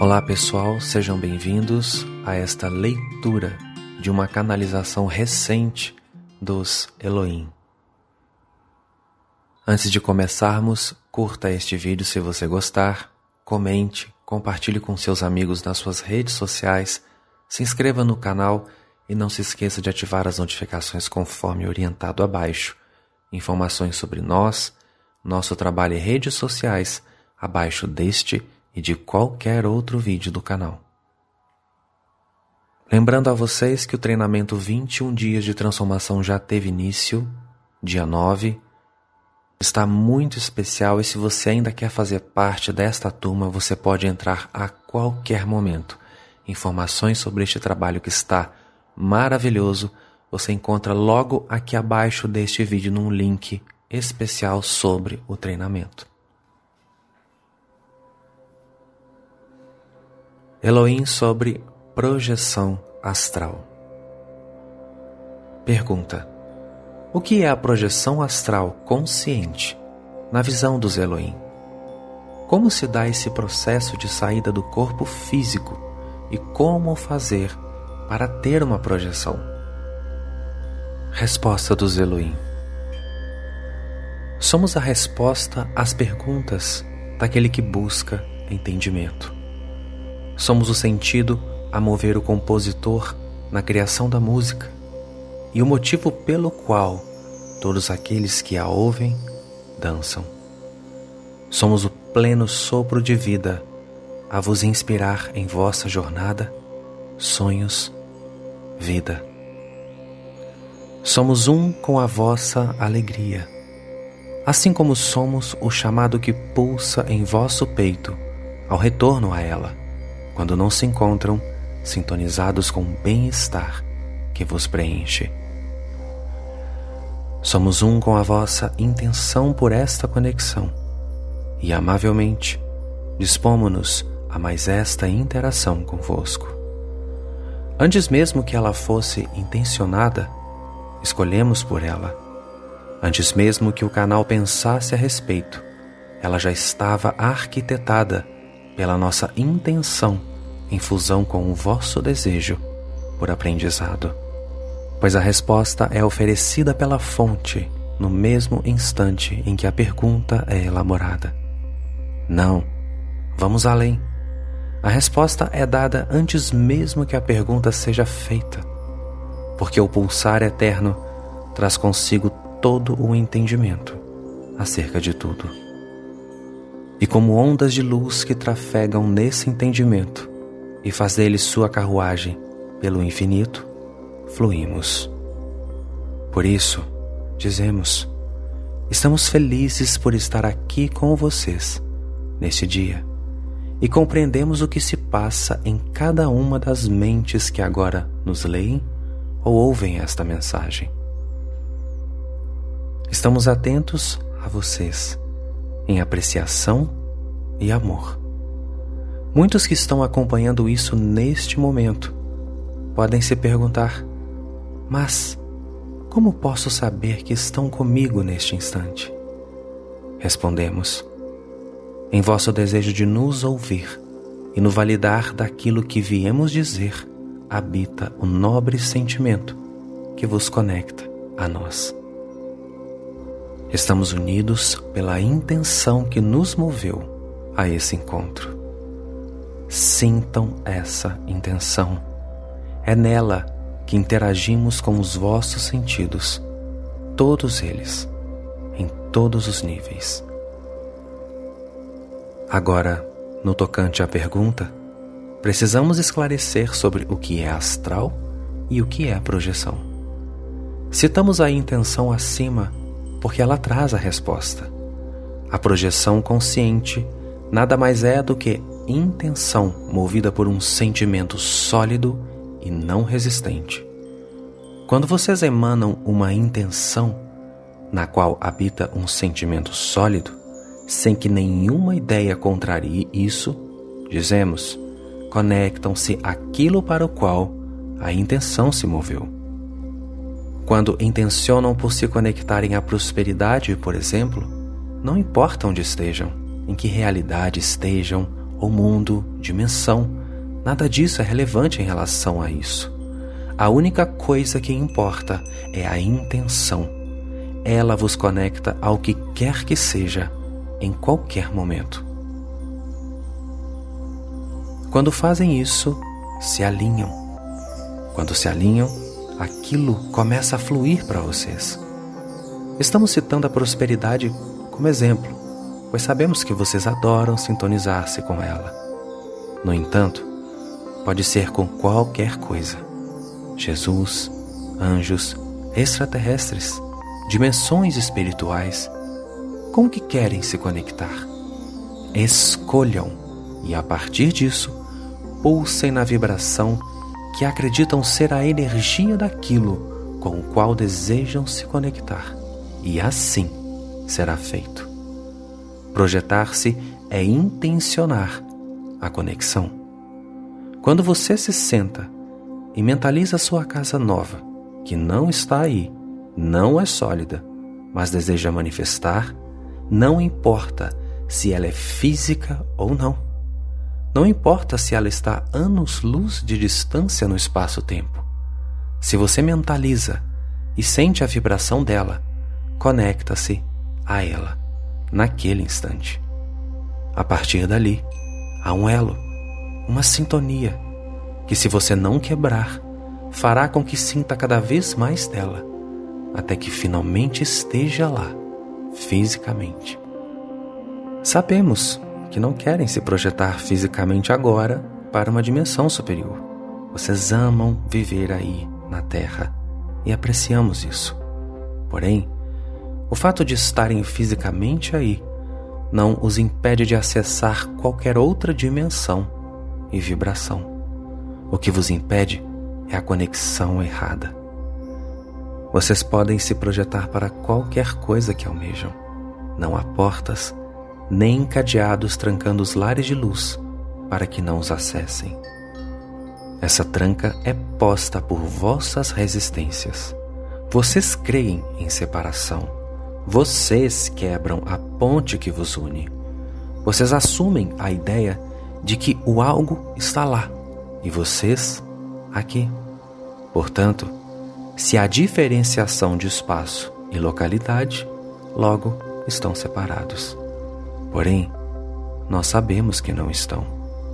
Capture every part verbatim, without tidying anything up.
Olá pessoal, sejam bem-vindos a esta leitura de uma canalização recente dos Elohim. Antes de começarmos, curta este vídeo se você gostar, comente, compartilhe com seus amigos nas suas redes sociais, se inscreva no canal e não se esqueça de ativar as notificações conforme orientado abaixo. Informações sobre nós, nosso trabalho e redes sociais abaixo deste e de qualquer outro vídeo do canal. Lembrando a vocês que o treinamento vinte e um dias de transformação já teve início, dia nove, está muito especial e se você ainda quer fazer parte desta turma, você pode entrar a qualquer momento. Informações sobre este trabalho que está maravilhoso, você encontra logo aqui abaixo deste vídeo num link especial sobre o treinamento. Elohim sobre projeção astral. Pergunta: o que é a projeção astral consciente na visão dos Elohim? Como se dá esse processo de saída do corpo físico e como fazer para ter uma projeção? Resposta dos Elohim: somos a resposta às perguntas daquele que busca entendimento. Somos o sentido a mover o compositor na criação da música e o motivo pelo qual todos aqueles que a ouvem dançam. Somos o pleno sopro de vida a vos inspirar em vossa jornada, sonhos, vida. Somos um com a vossa alegria, assim como somos o chamado que pulsa em vosso peito ao retorno a ela, quando não se encontram sintonizados com o bem-estar que vos preenche. Somos um com a vossa intenção por esta conexão e, amavelmente, dispomos-nos a mais esta interação convosco. Antes mesmo que ela fosse intencionada, escolhemos por ela. Antes mesmo que o canal pensasse a respeito, ela já estava arquitetada pela nossa intenção em fusão com o vosso desejo por aprendizado, pois a resposta é oferecida pela fonte no mesmo instante em que a pergunta é elaborada. Não, vamos além. A resposta é dada antes mesmo que a pergunta seja feita, porque o pulsar eterno traz consigo todo o entendimento acerca de tudo. E como ondas de luz que trafegam nesse entendimento e faz dele sua carruagem pelo infinito, fluímos. Por isso, dizemos, estamos felizes por estar aqui com vocês neste dia e compreendemos o que se passa em cada uma das mentes que agora nos leem ou ouvem esta mensagem. Estamos atentos a vocês em apreciação e amor. Muitos que estão acompanhando isso neste momento podem se perguntar: mas como posso saber que estão comigo neste instante? Respondemos: em vosso desejo de nos ouvir e no validar daquilo que viemos dizer, habita o nobre sentimento que vos conecta a nós. Estamos unidos pela intenção que nos moveu a esse encontro. Sintam essa intenção. É nela que interagimos com os vossos sentidos, todos eles, em todos os níveis. Agora, no tocante à pergunta, precisamos esclarecer sobre o que é astral e o que é projeção. Citamos a intenção acima porque ela traz a resposta. A projeção consciente nada mais é do que intenção movida por um sentimento sólido e não resistente. Quando vocês emanam uma intenção na qual habita um sentimento sólido, sem que nenhuma ideia contrarie isso, dizemos, conectam-se àquilo para o qual a intenção se moveu. Quando intencionam por se conectarem à prosperidade, por exemplo, não importa onde estejam, em que realidade estejam ou mundo, dimensão, nada disso é relevante em relação a isso. A única coisa que importa é a intenção. Ela vos conecta ao que quer que seja, em qualquer momento. Quando fazem isso, se alinham. Quando se alinham, aquilo começa a fluir para vocês. Estamos citando a prosperidade como exemplo, pois sabemos que vocês adoram sintonizar-se com ela. No entanto, pode ser com qualquer coisa. Jesus, anjos, extraterrestres, dimensões espirituais, com o que querem se conectar. Escolham e, a partir disso, pulsem na vibração que acreditam ser a energia daquilo com o qual desejam se conectar. E assim será feito. Projetar-se é intencionar a conexão. Quando você se senta e mentaliza sua casa nova, que não está aí, não é sólida, mas deseja manifestar, não importa se ela é física ou não. Não importa se ela está anos-luz de distância no espaço-tempo. Se você mentaliza e sente a vibração dela, conecta-se a ela naquele instante. A partir dali, há um elo, uma sintonia, que se você não quebrar, fará com que sinta cada vez mais dela, até que finalmente esteja lá, fisicamente. Sabemos que não querem se projetar fisicamente agora para uma dimensão superior. Vocês amam viver aí na Terra e apreciamos isso. Porém, o fato de estarem fisicamente aí não os impede de acessar qualquer outra dimensão e vibração. O que vos impede é a conexão errada. Vocês podem se projetar para qualquer coisa que almejam. Não há portas nem cadeados trancando os lares de luz para que não os acessem. Essa tranca é posta por vossas resistências. Vocês creem em separação. Vocês quebram a ponte que vos une. Vocês assumem a ideia de que o algo está lá e vocês aqui. Portanto, se há diferenciação de espaço e localidade, logo estão separados. Porém, nós sabemos que não estão.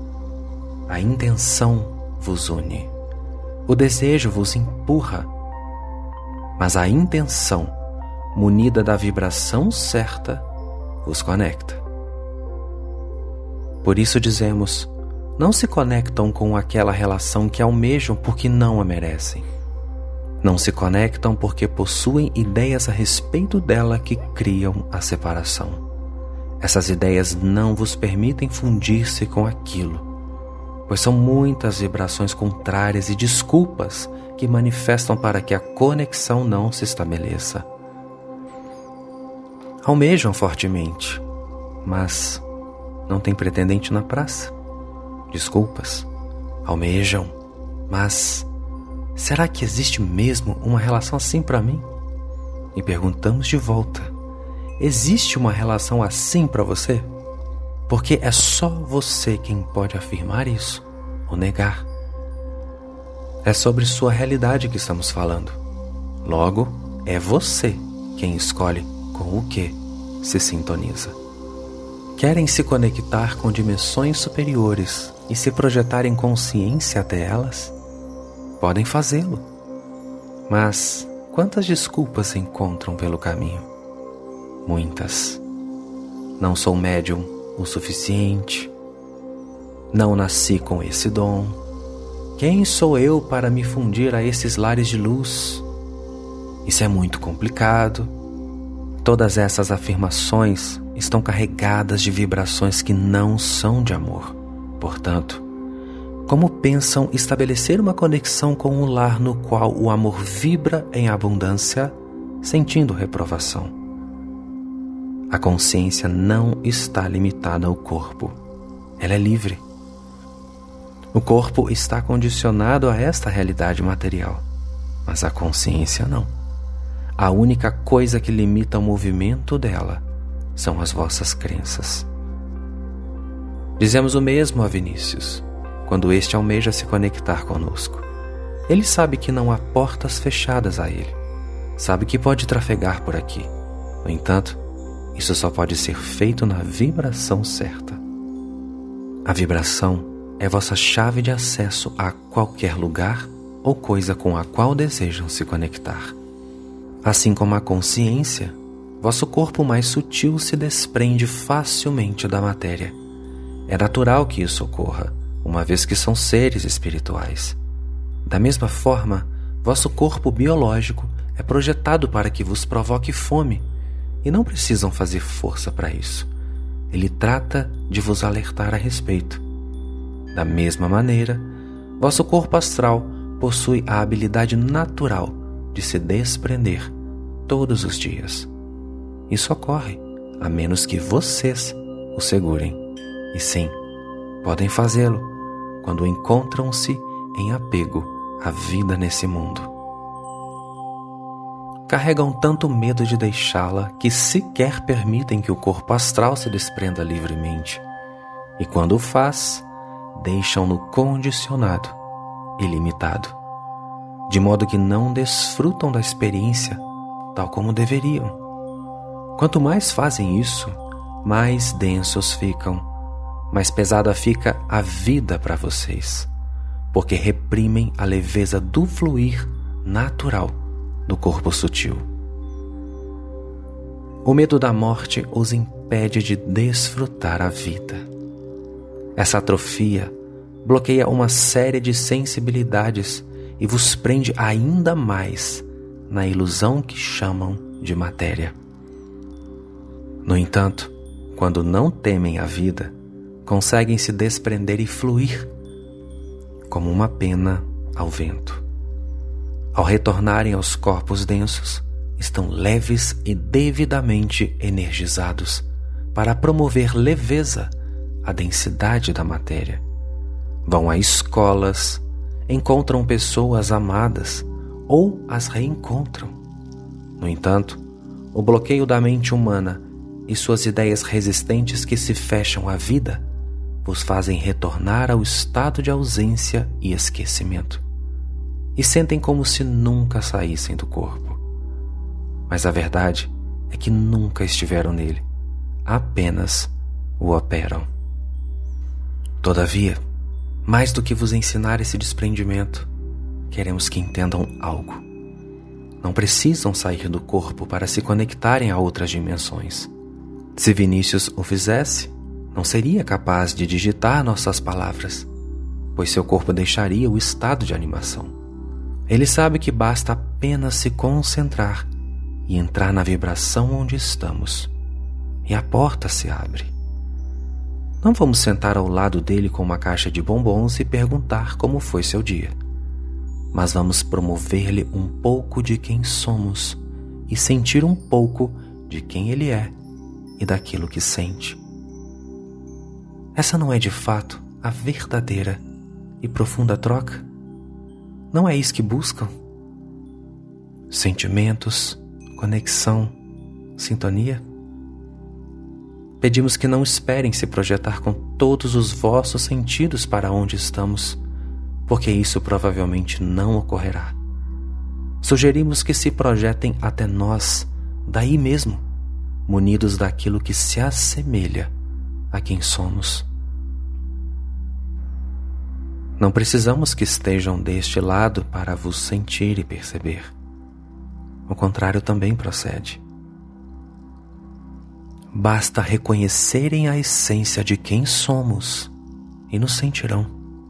A intenção vos une. O desejo vos empurra. Mas a intenção, munida da vibração certa, vos conecta. Por isso dizemos, não se conectam com aquela relação que almejam porque não a merecem. Não se conectam porque possuem ideias a respeito dela que criam a separação. Essas ideias não vos permitem fundir-se com aquilo, pois são muitas vibrações contrárias e desculpas que manifestam para que a conexão não se estabeleça. Almejam fortemente, mas não tem pretendente na praça. Desculpas. Almejam, mas será que existe mesmo uma relação assim para mim? E perguntamos de volta, existe uma relação assim para você? Porque é só você quem pode afirmar isso ou negar. É sobre sua realidade que estamos falando. Logo, é você quem escolhe com o que se sintoniza. Querem se conectar com dimensões superiores e se projetar em consciência até elas? Podem fazê-lo. Mas quantas desculpas se encontram pelo caminho? Muitas. Não sou médium o suficiente. Não nasci com esse dom. Quem sou eu para me fundir a esses lares de luz? Isso é muito complicado. Todas essas afirmações estão carregadas de vibrações que não são de amor. Portanto, como pensam estabelecer uma conexão com o lar no qual o amor vibra em abundância, sentindo reprovação? A consciência não está limitada ao corpo. Ela é livre. O corpo está condicionado a esta realidade material, mas a consciência não. A única coisa que limita o movimento dela são as vossas crenças. Dizemos o mesmo a Vinícius, quando este almeja se conectar conosco. Ele sabe que não há portas fechadas a ele. Sabe que pode trafegar por aqui. No entanto, isso só pode ser feito na vibração certa. A vibração é vossa chave de acesso a qualquer lugar ou coisa com a qual desejam se conectar. Assim como a consciência, vosso corpo mais sutil se desprende facilmente da matéria. É natural que isso ocorra, uma vez que são seres espirituais. Da mesma forma, vosso corpo biológico é projetado para que vos provoque fome, e não precisam fazer força para isso. Ele trata de vos alertar a respeito. Da mesma maneira, vosso corpo astral possui a habilidade natural de se desprender todos os dias. Isso ocorre, a menos que vocês o segurem. E sim, podem fazê-lo quando encontram-se em apego à vida nesse mundo. Carregam tanto medo de deixá-la que sequer permitem que o corpo astral se desprenda livremente. E quando o faz, deixam-no condicionado e limitado, de modo que não desfrutam da experiência tal como deveriam. Quanto mais fazem isso, mais densos ficam, mais pesada fica a vida para vocês, porque reprimem a leveza do fluir natural do corpo sutil. O medo da morte os impede de desfrutar a vida. Essa atrofia bloqueia uma série de sensibilidades e vos prende ainda mais na ilusão que chamam de matéria. No entanto, quando não temem a vida, conseguem se desprender e fluir como uma pena ao vento. Ao retornarem aos corpos densos, estão leves e devidamente energizados para promover leveza à densidade da matéria. Vão a escolas, encontram pessoas amadas ou as reencontram. No entanto, o bloqueio da mente humana e suas ideias resistentes que se fecham à vida vos fazem retornar ao estado de ausência e esquecimento, e sentem como se nunca saíssem do corpo. Mas a verdade é que nunca estiveram nele, apenas o operam. Todavia, mais do que vos ensinar esse desprendimento, queremos que entendam algo. Não precisam sair do corpo para se conectarem a outras dimensões. Se Vinícius o fizesse, não seria capaz de digitar nossas palavras, pois seu corpo deixaria o estado de animação. Ele sabe que basta apenas se concentrar e entrar na vibração onde estamos, e a porta se abre. Não vamos sentar ao lado dele com uma caixa de bombons e perguntar como foi seu dia, mas vamos promover-lhe um pouco de quem somos e sentir um pouco de quem ele é e daquilo que sente. Essa não é de fato a verdadeira e profunda troca? Não é isso que buscam? Sentimentos, conexão, sintonia? Pedimos que não esperem se projetar com todos os vossos sentidos para onde estamos, porque isso provavelmente não ocorrerá. Sugerimos que se projetem até nós, daí mesmo, munidos daquilo que se assemelha a quem somos. Não precisamos que estejam deste lado para vos sentir e perceber. O contrário também procede. Basta reconhecerem a essência de quem somos e nos sentirão.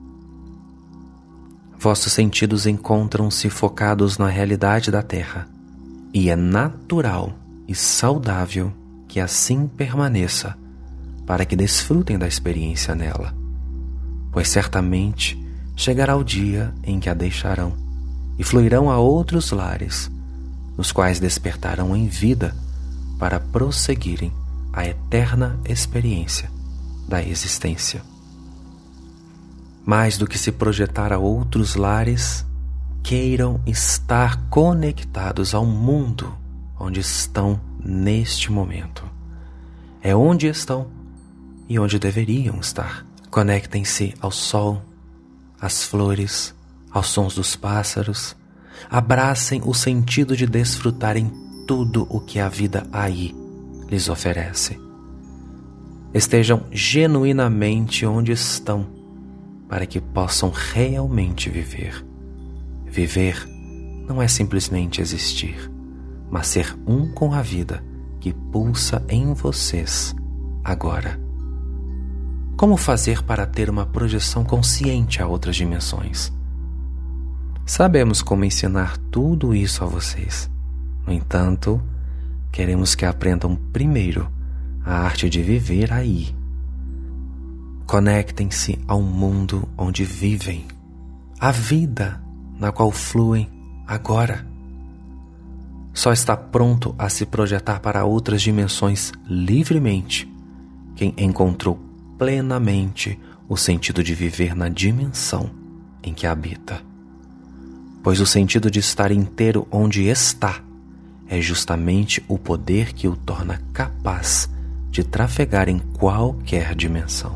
Vossos sentidos encontram-se focados na realidade da Terra, e é natural e saudável que assim permaneça, para que desfrutem da experiência nela, pois certamente chegará o dia em que a deixarão e fluirão a outros lares, nos quais despertarão em vida para prosseguirem a eterna experiência da existência. Mais do que se projetar a outros lares, queiram estar conectados ao mundo onde estão neste momento. É onde estão e onde deveriam estar. Conectem-se ao sol, às flores, aos sons dos pássaros. Abracem o sentido de desfrutarem tudo o que a vida aí lhes oferece. Estejam genuinamente onde estão, para que possam realmente viver. Viver não é simplesmente existir, mas ser um com a vida que pulsa em vocês agora. Como fazer para ter uma projeção consciente a outras dimensões? Sabemos como ensinar tudo isso a vocês. No entanto, queremos que aprendam primeiro a arte de viver aí. Conectem-se ao mundo onde vivem, à vida na qual fluem agora. Só está pronto a se projetar para outras dimensões livremente quem encontrou plenamente o sentido de viver na dimensão em que habita. Pois o sentido de estar inteiro onde está é justamente o poder que o torna capaz de trafegar em qualquer dimensão.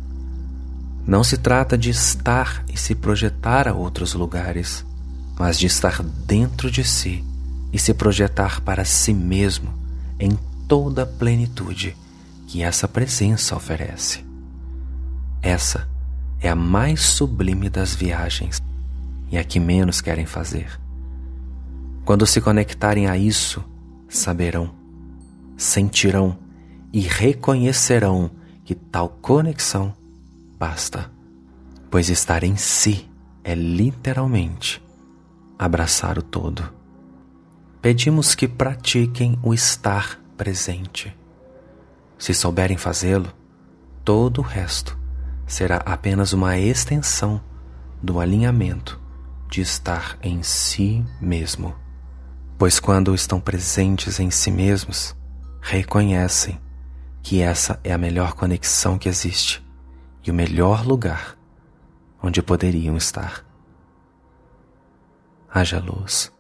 Não se trata de estar e se projetar a outros lugares, mas de estar dentro de si e se projetar para si mesmo em toda a plenitude que essa presença oferece. Essa é a mais sublime das viagens e a que menos querem fazer. Quando se conectarem a isso, saberão, sentirão e reconhecerão que tal conexão basta, pois estar em si é literalmente abraçar o todo. Pedimos que pratiquem o estar presente. Se souberem fazê-lo, todo o resto será apenas uma extensão do alinhamento de estar em si mesmo. Pois quando estão presentes em si mesmos, reconhecem que essa é a melhor conexão que existe e o melhor lugar onde poderiam estar. Haja luz.